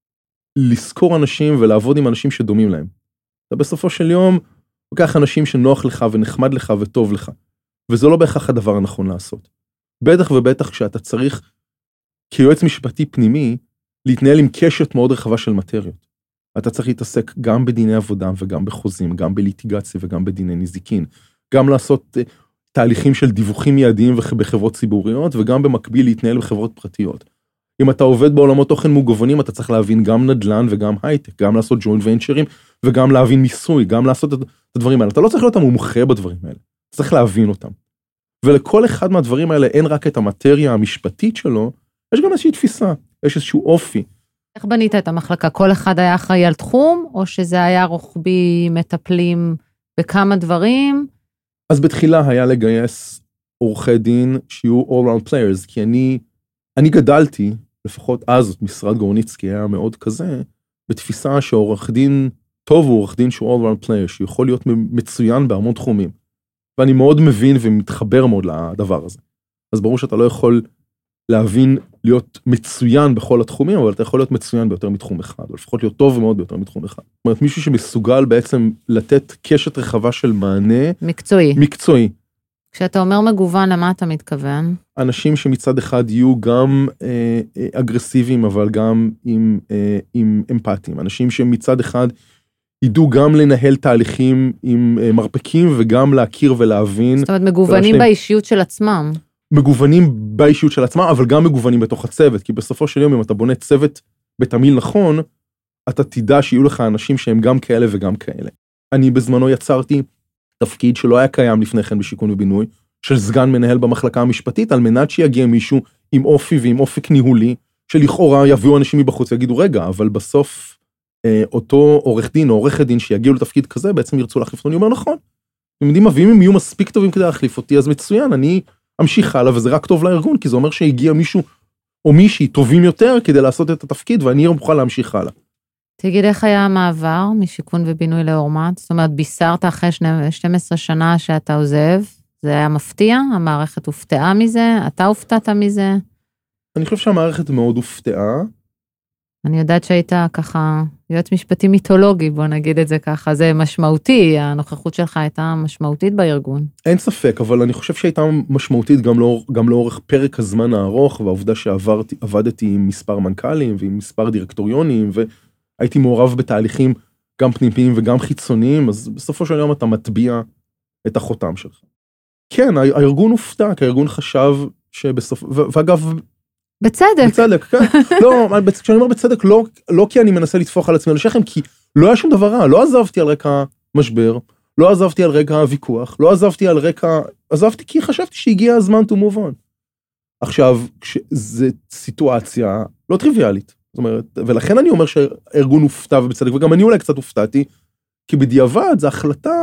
לזכור אנשים ולעבוד עם אנשים שדומים להם. אתה בסופו של יום, לוקח אנשים שנוח לך ונחמד לך וטוב לך. וזה לא בהכרח הדבר הנכון לעשות. בטח ובטח כשאתה צריך, כיועץ משפטי פנימי, להתנהל עם קשת מאוד רחבה של מטריות. אתה צריך להתעסק גם בדיני עבודה וגם בחוזים, גם בליטיגציה וגם בדיני נזיקין, גם לעשות תהליכים של דיווחים מיידיים בחברות ציבוריות, וגם במקביל להתנהל בחברות פרטיות. אם אתה עובד בעולמות תוכן מגוונים, אתה צריך להבין גם נדל"ן וגם הייטק, גם לעשות ג'וינט ונצ'רים, וגם להבין מיסוי, גם לעשות את הדברים האלה. אתה לא צריך להיות המומחה בדברים האלה, אתה צריך להבין אותם. ולכל אחד מהדברים האלה אין רק את המטריה המשפטית שלו, יש גם איזושהי תפיסה, יש איזשהו אופי. איך בנית את המחלקה? כל אחד היה אחראי על תחום, או שזה היה רוחבי, מטפלים בכמה דברים? אז בתחילה היה לגייס עורכי דין שיהיו all round players, כי אני גדלתי, לפחות אז משרד גורניצקי היה מאוד כזה, בתפיסה שעורך דין טוב הוא עורך דין שהוא all round player, שיכול להיות מצוין בהמון תחומים. ואני מאוד מבין ומתחבר מאוד לדבר הזה. אז ברור שאתה לא יכול להבין להיות מצוין בכל התחומים, אבל אתה יכול להיות מצוין ביותר מתחום אחד, או לפחות להיות טוב מאוד ביותר מתחום אחד. זאת אומרת, מישהו שמסוגל בעצם לתת קשת רחבה של מענה מקצועי. כשאתה אומר מגוון, למה אתה מתכוון? אנשים שמצד אחד יהיו גם אגרסיביים, אבל גם עם אמפתיים. אנשים שמצד אחד ידעו גם לנהל תהליכים עם מרפקים, וגם להכיר ולהבין. זאת אומרת, מגוונים באישיות של עצמם. מגוונים באישיות של עצמם, אבל גם מגוונים בתוך הצוות, כי בסופו של יום, אם אתה בונה צוות בתמיל נכון, אתה תדע שיהיו לך אנשים שהם גם כאלה וגם כאלה. אני בזמנו יצרתי תפקיד שלא היה קיים לפני כן בשיכון ובינוי, של סגן מנהל במחלקה המשפטית, על מנת שיגיע מישהו עם אופי ועם אופק ניהולי, שלכאורה יביאו אנשים מבחוץ ויגידו, רגע, אבל בסוף אותו עורך דין או עורכת דין שיגיעו לתפקיד כזה, בעצם ירצו להחליף אותו. אני אומר, נכון. אתם יודעים, אם הם יהיו מספיק טובים כדי להחליף אותי, אז מצוין, אני אמשיך הלאה, וזה רק טוב לארגון, כי זה אומר שהגיע מישהו או מישהי טובים יותר כדי לעשות את התפקיד, ואני מוכן להמשיך הלאה. תגיד, איך היה המעבר משיכון ובינוי לאורמת? זאת אומרת, בישרת אחרי 12 שנה שאתה עוזב, זה היה מפתיע? המערכת הופתעה מזה? אתה הופתעת מזה? אני חושב שהמערכת מאוד הופתעה. אני יודעת שהיית ככה יועץ משפטי מיתולוגי, בוא נגיד את זה ככה, זה משמעותי, הנוכחות שלך הייתה משמעותית בארגון. אין ספק, אבל אני חושב שהייתה משמעותית גם לאורך פרק הזמן הארוך, והעובדה שעבדתי עם מספר מנכ"לים ועם מספר דירקטוריונים, והייתי מעורב בתהליכים גם פנימיים וגם חיצוניים, אז בסופו של יום אתה מטביע את החותם שלך. כן, הארגון הופתע, כי הארגון חשב שבסוף, ואגב, בצדק, כן. לא, כשאני אומר בצדק, לא כי אני מנסה לטפוח על עצמי על השכם, כי לא היה שום דבר רע, לא עזבתי על רקע משבר, לא עזבתי על רקע ויכוח, לא עזבתי על רקע, עזבתי כי חשבתי שהגיע הזמן to move on. עכשיו, זו סיטואציה לא טריוויאלית, זאת אומרת, ולכן אני אומר שהארגון הופתע ובצדק, וגם אני אולי קצת הופתעתי, כי בדיעבד זו החלטה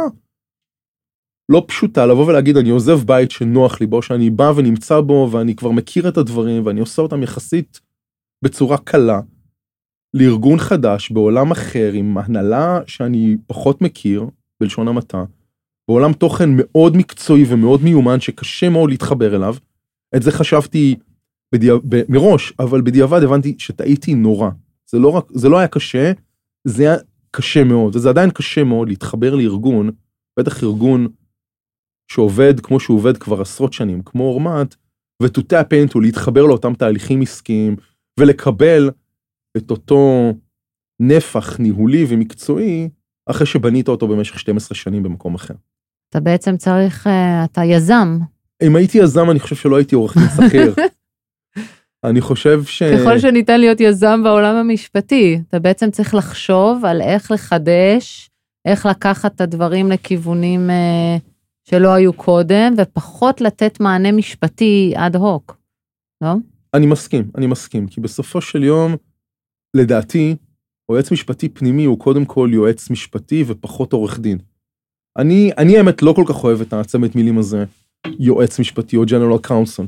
לא פשוטה לבוא ולהגיד, אני עוזב בית שנוח לי בו, שאני בא ונמצא בו, ואני כבר מכיר את הדברים, ואני עושה אותם יחסית בצורה קלה, לארגון חדש, בעולם אחר, עם הנהלה שאני פחות מכיר, בלשון המעטה, בעולם תוכן מאוד מקצועי ומאוד מיומן, שקשה מאוד להתחבר אליו. את זה חשבתי מראש, אבל בדיעבד הבנתי שטעיתי נורא. זה לא היה קשה, זה היה קשה מאוד, וזה עדיין קשה מאוד להתחבר לארגון, בטח ארגון שעובד כמו שהוא עובד כבר עשרות שנים, כמו אורמת, ותוטע פנטו, להתחבר לאותם תהליכים עסקיים, ולקבל את אותו נפח ניהולי ומקצועי, אחרי שבנית אותו במשך 12 שנים במקום אחר. אתה בעצם צריך, אתה יזם. אם הייתי יזם, אני חושב שלא הייתי עורך דין שכיר. אני חושב ככל שניתן להיות יזם בעולם המשפטי, אתה בעצם צריך לחשוב על איך לחדש, איך לקחת את הדברים לכיוונים שלא היו קודם, ופחות לתת מענה משפטי עד הוק, לא? אני מסכים, כי בסופו של יום, לדעתי, יועץ משפטי פנימי הוא קודם כל יועץ משפטי ופחות עורך דין. אני האמת לא כל כך אוהב את הצמד מילים הזה, יועץ משפטי או General Counsel.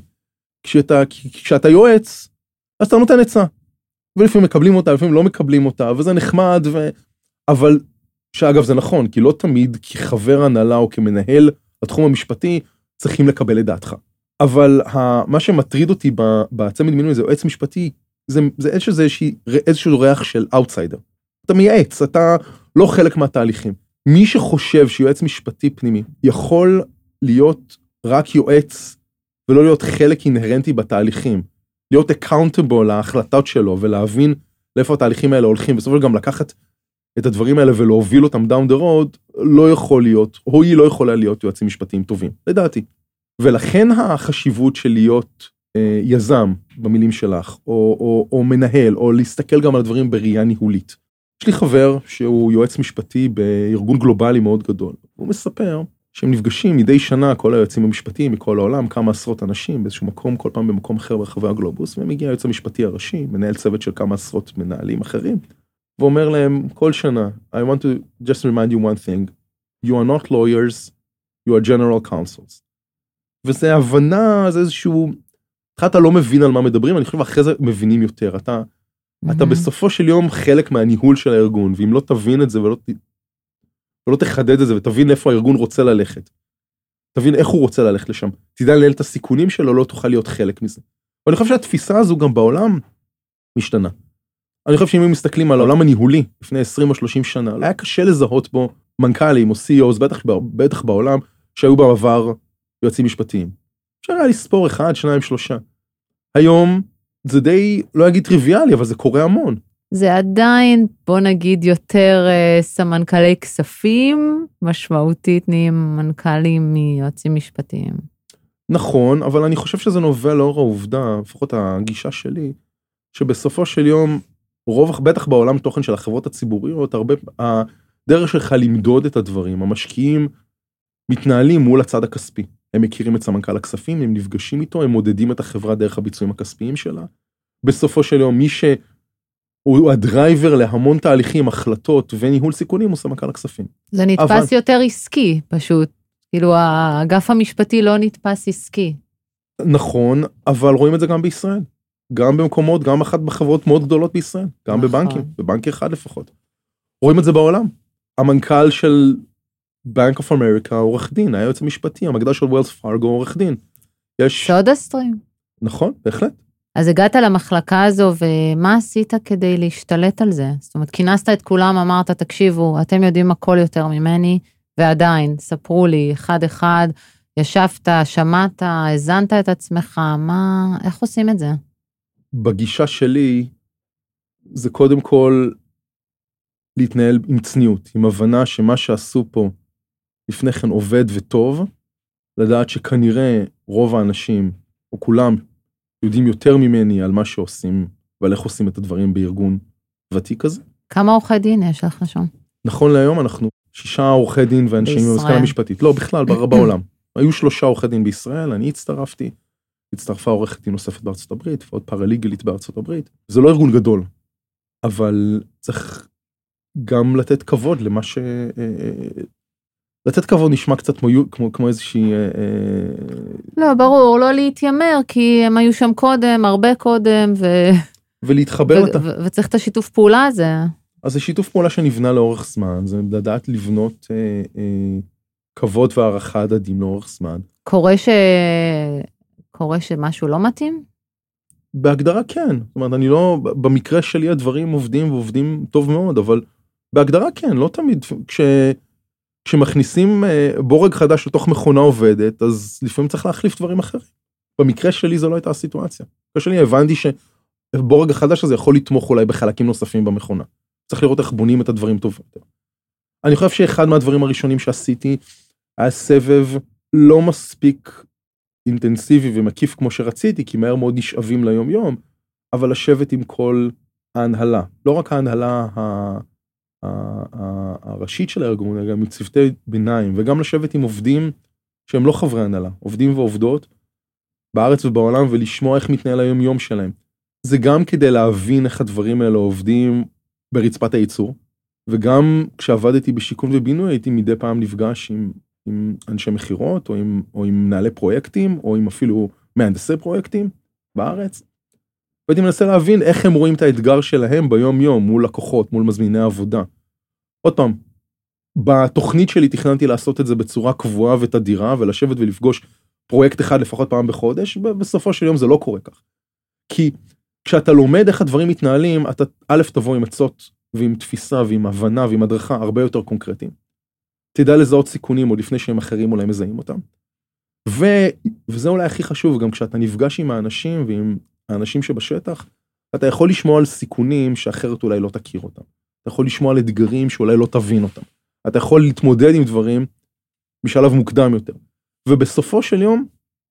כשאתה יועץ, אז אתה נותן עצה. ולפעמים מקבלים אותה, לפעמים לא מקבלים אותה, וזה נחמד, אבל שאגב זה נכון, כי לא תמיד כחבר הנהלה או כמנהל התחום המשפטי, צריכים לקבל את דעתך. אבל מה שמטריד אותי בצמד מינוי זה יועץ משפטי, זה איזשהו ריח של אאוטסיידר. אתה מייעץ, אתה לא חלק מהתהליכים. מי שחושב שיועץ משפטי פנימי יכול להיות רק יועץ, ולא להיות חלק אינהרנטי בתהליכים, להיות accountable להחלטות שלו, ולהבין לאיפה התהליכים האלה הולכים, בסופו של גם לקחת את הדברים האלה ולהוביל אותם down the road, לא יכול להיות, או היא לא יכולה להיות יועצים משפטיים טובים, לדעתי. ולכן החשיבות של להיות יזם במילים שלך, או מנהל, או להסתכל גם על הדברים בראייה ניהולית. יש לי חבר שהוא יועץ משפטי בארגון גלובלי מאוד גדול. הוא מספר שהם נפגשים מדי שנה, כל היועצים המשפטיים מכל העולם, כמה עשרות אנשים באיזשהו מקום, כל פעם במקום אחר ברחבי הגלובוס, ומגיע היועץ המשפטי הראשי, מנהל צוות של כמה עשרות מנהלים אחרים, ואומר להם כל שנה, I want to just remind you one thing, you are not lawyers, you are general counsels. וזה הבנה, זה איזשהו, אתה לא מבין על מה מדברים, אני חושב אחרי זה מבינים יותר, אתה בסופו של יום חלק מהניהול של הארגון, ואם לא תבין את זה ולא תחדד את זה, ותבין איפה הארגון רוצה ללכת, תבין איך הוא רוצה ללכת לשם, תדע לנהל את הסיכונים שלו, לא תוכל להיות חלק מזה. ואני חושב שהתפיסה הזו גם בעולם משתנה. אני חושב שאם הם מסתכלים על העולם הניהולי, לפני 20 או 30 שנה, היה קשה לזהות בו מנכ"לים או CEOs, בטח בעולם, שהיו בעבר יועצים משפטיים. אפשר היה לספור 1, 2, 3. היום זה די, לא אגיד טריוויאלי, אבל זה קורה המון. זה עדיין, בוא נגיד, יותר סמנכ"לי כספים, משמעותית נהיים מנכ"לים מיועצים משפטיים. נכון, אבל אני חושב שזה נובע לאור העובדה, לפחות הגישה שלי, שבסופו של יום, בטח בעולם תוכן של החברות הציבוריות, הדרך שלך למדוד את הדברים, המשקיעים מתנהלים מול הצד הכספי. הם מכירים את סמנכ"ל הכספים, הם נפגשים איתו, הם מודדים את החברה דרך הביצועים הכספיים שלה. בסופו של יום, מי שהוא הדרייבר להמון תהליכים, החלטות וניהול סיכונים, הוא סמנכ"ל הכספים. זה נתפס יותר עסקי, פשוט. כאילו, האגף המשפטי לא נתפס עסקי. נכון, אבל רואים את זה גם בישראל. גם במקומות, גם אחת בחברות מאוד גדולות בישראל. גם בבנקים, בבנק אחד לפחות. רואים את זה בעולם. המנכ"ל של Bank of America, עורך דין, היועץ המשפטי, המגדל של ווילס פארגו, עורך דין. סודה סטרים. נכון, בהחלט. אז הגעת למחלקה הזו, ומה עשית כדי להשתלט על זה? זאת אומרת, כינסת את כולם, אמרת, תקשיבו, אתם יודעים הכל יותר ממני, ועדיין, ספרו לי, אחד, ישבת, שמעת, הזנת את עצמך, איך עושים את זה? בגישה שלי, זה קודם כל להתנהל עם צניעות, עם הבנה שמה שעשו פה לפני כן עובד וטוב, לדעת שכנראה רוב האנשים, או כולם, יודעים יותר ממני על מה שעושים, ועל איך עושים את הדברים בארגון ותיק כזה. כמה עורכי דין יש לך שם? נכון להיום אנחנו 6 עורכי דין ואנשים במזכ"ל המשפטית. לא, בכלל, בעולם. היו 3 עורכי דין בישראל, אני הצטרפה עורכת דין נוספת בארצות הברית, ועוד פרליגלית בארצות הברית. זה לא ארגון גדול, אבל צריך גם לתת כבוד למה לתת כבוד נשמע קצת כמו איזושהי... לא, ברור, לא להתיימר, כי הם היו שם קודם, הרבה קודם, ולהתחבר וצריך את השיתוף פעולה הזה. אז זה שיתוף פעולה שנבנה לאורך זמן, זה לדעת לבנות כבוד והערכה הדדים לאורך זמן. קורה שמשהו לא מתאים? בהגדרה כן, זאת אומרת, אני לא, במקרה שלי הדברים עובדים ועובדים טוב מאוד, אבל בהגדרה כן, לא תמיד, כשמכניסים בורג חדש לתוך מכונה עובדת, אז לפעמים צריך להחליף דברים אחרים. במקרה שלי זו לא הייתה הסיטואציה. במקרה שלי הבנתי שבורג החדש הזה יכול לתמוך אולי בחלקים נוספים במכונה. צריך לראות איך בונים את הדברים טוב יותר. אני חושב שאחד מהדברים הראשונים שעשיתי, היה סבב לא מספיק אינטנסיבי ומקיף כמו שרציתי, כי מהר מאוד נשאבים ליום יום, אבל לשבת עם כל ההנהלה. לא רק ההנהלה הראשית של הארגון, אלא גם מצוותי ביניים, וגם לשבת עם עובדים שהם לא חברי הנהלה, עובדים ועובדות בארץ ובעולם, ולשמוע איך מתנהל היום יום שלהם. זה גם כדי להבין איך הדברים האלה עובדים ברצפת הייצור, וגם כשעבדתי בשיקום ובינוי, הייתי מדי פעם נפגש עם אנשי מחירות, או עם מנהלי פרויקטים, או עם אפילו מהנדסי פרויקטים בארץ. והייתי מנסה להבין איך הם רואים את האתגר שלהם ביום יום, מול לקוחות, מול מזמיני עבודה. עוד פעם, בתוכנית שלי תכננתי לעשות את זה בצורה קבועה ותדירה, ולשבת ולפגוש פרויקט אחד לפחות פעם בחודש, בסופו של יום זה לא קורה כך. כי כשאתה לומד איך הדברים מתנהלים, אתה א' תבוא עם עצות, ועם תפיסה, ועם הבנה, ועם הדרכה הרבה יותר קונקרטיים. תדע לזהות סיכונים, עוד לפני שהם אחרים אולי מזהים אותם. וזה אולי הכי חשוב, גם כשאתה נפגש עם האנשים, ועם האנשים שבשטח, אתה יכול לשמוע על סיכונים שאחרת אולי לא תכיר אותם. אתה יכול לשמוע על אתגרים שאולי לא תבין אותם. אתה יכול להתמודד עם דברים בשלב מוקדם יותר. ובסופו של יום,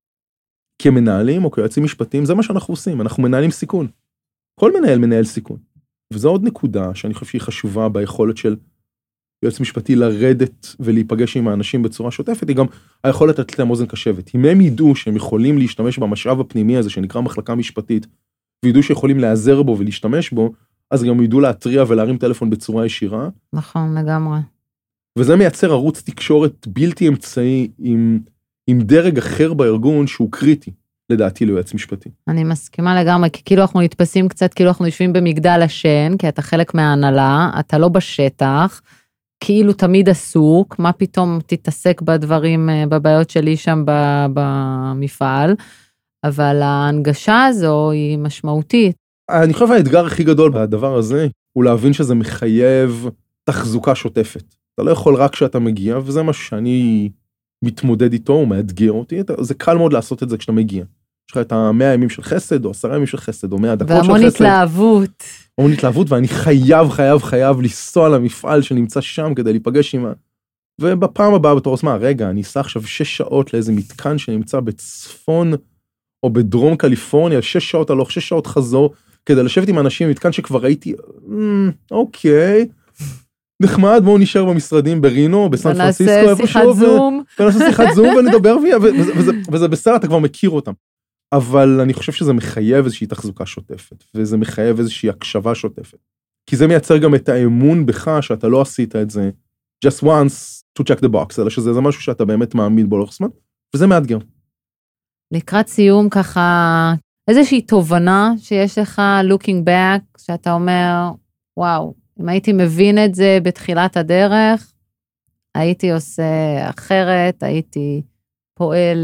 כמנהלים או כיועצים משפטיים, זה מה שאנחנו עושים. אנחנו מנהלים סיכון. כל מנהל סיכון. וזו עוד נקודה שאני חושב שהיא חשובה ביכולת של יועץ משפטי לרדת ולהיפגש עם האנשים בצורה שוטפת, היא גם היכולת לתת להם אוזן קשבת. אם הם ידעו שהם יכולים להשתמש במשאב הפנימי הזה שנקרא מחלקה משפטית, וידעו שיכולים להיעזר בו ולהשתמש בו, אז גם ידעו להטריע ולהרים טלפון בצורה ישירה. נכון, לגמרי. וזה מייצר ערוץ תקשורת בלתי אמצעי עם דרג אחר בארגון שהוא קריטי, לדעתי ליועץ משפטי. אני מסכימה לגמרי, כי כאילו אנחנו נתפסים קצת, כאילו אנחנו יושבים במגדל השן, כי אתה חלק מההנהלה, אתה לא בשטח, כאילו תמיד עסוק, מה פתאום תתעסק בדברים, בבעיות שלי שם במפעל, אבל ההנגשה הזו היא משמעותית. אני חושב האתגר הכי גדול בדבר הזה, הוא להבין שזה מחייב תחזוקה שוטפת. אתה לא יכול רק כשאתה מגיע, וזה משהו שאני מתמודד איתו, הוא מאתגר אותי, זה קל מאוד לעשות את זה כשאתה מגיע. יש לך את 100 ימים של חסד, או 10 ימים של חסד, או 100 דקות של חסד. והמון התלהבות. המון התלהבות, ואני חייב לנסוע למפעל שנמצא שם, כדי להיפגש עם ובפעם הבאה בתור זמן, רגע, אני אסע עכשיו 6 שעות לאיזה מתקן שנמצא בצפון, או בדרום קליפורניה, 6 שעות הלוך, 6 שעות חזור, כדי לשבת עם אנשים במתקן שכבר ראיתי, אוקיי, נחמד, בואו נשאר במשרדים ברינו, בסן פרנסיסקו, ונעשה שיחת זום ונדבר, וזה בסדר, אתה כבר מכיר אותם. אבל אני חושב שזה מחייב איזושהי תחזוקה שוטפת, וזה מחייב איזושהי הקשבה שוטפת. כי זה מייצר גם את האמון בך, שאתה לא עשית את זה, just once to check the box, אלא שזה משהו שאתה באמת מעמיד בו לאורך זמן, וזה מאתגר. לקראת סיום ככה, איזושהי תובנה שיש לך, looking back, שאתה אומר, וואו, אם הייתי מבין את זה בתחילת הדרך, הייתי עושה אחרת, הייתי פועל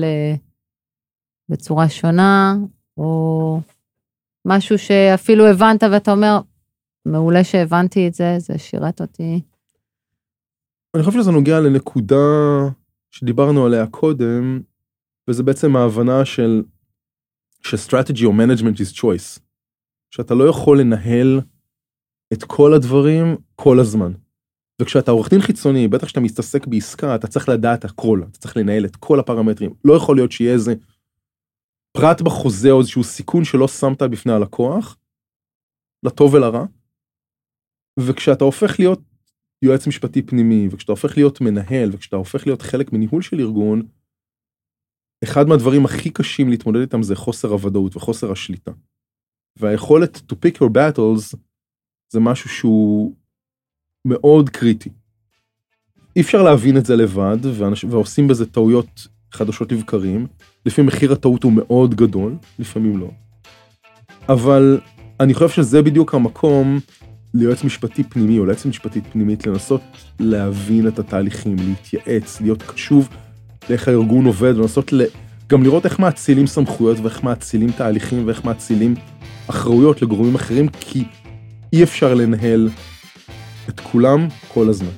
בצורה שונה, או משהו שאפילו הבנת ואתה אומר, מעולה שהבנתי את זה, זה שירת אותי. אני חושב שזה נוגע לנקודה שדיברנו עליה קודם, וזה בעצם ההבנה של strategy or management is choice. שאתה לא יכול לנהל את כל הדברים כל הזמן. וכשאתה עורך דין חיצוני, בטח שאתה מסתעסק בעסקה, אתה צריך לדעת הכל, אתה צריך לנהל את כל הפרמטרים. לא יכול להיות שיהיה איזה פרט בחוזה או איזשהו סיכון שלא שמת בפני הלקוח, לטוב ולרע. וכשאתה הופך להיות יועץ משפטי פנימי, וכשאתה הופך להיות מנהל, וכשאתה הופך להיות חלק מניהול של ארגון, אחד מהדברים הכי קשים להתמודד איתם זה חוסר הוודאות וחוסר השליטה. והיכולת to pick your battles זה משהו שהוא מאוד קריטי. אי אפשר להבין את זה לבד, ועושים בזה טעויות חדשות לבקרים. לפעמים מחיר הטעות הוא מאוד גדול, לפעמים לא. אבל אני חושב שזה בדיוק המקום ליועץ משפטי פנימי, או ליועץ משפטית פנימית, לנסות להבין את התהליכים, להתייעץ, להיות קשוב לאיך הארגון עובד, ולנסות גם לראות איך מאצילים סמכויות, ואיך מאצילים תהליכים, ואיך מאצילים אחריות לגורמים אחרים, כי אי אפשר לנהל את כולם כל הזמן.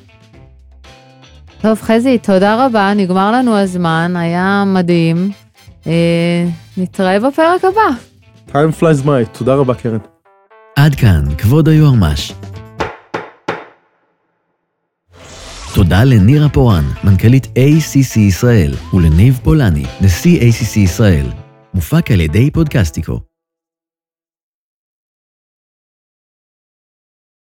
טוב, חזי, תודה רבה, נגמר לנו הזמן, היה מדהים. נתראה בפרק הבא. Time flies by, תודה רבה קרן. עד כאן, כבוד היועמ"ש. תודה לנירה פורן, מנכ"לית ACC ישראל, ולניב פולני, נשיא ACC ישראל. מופק על ידי פודקאסטיקו.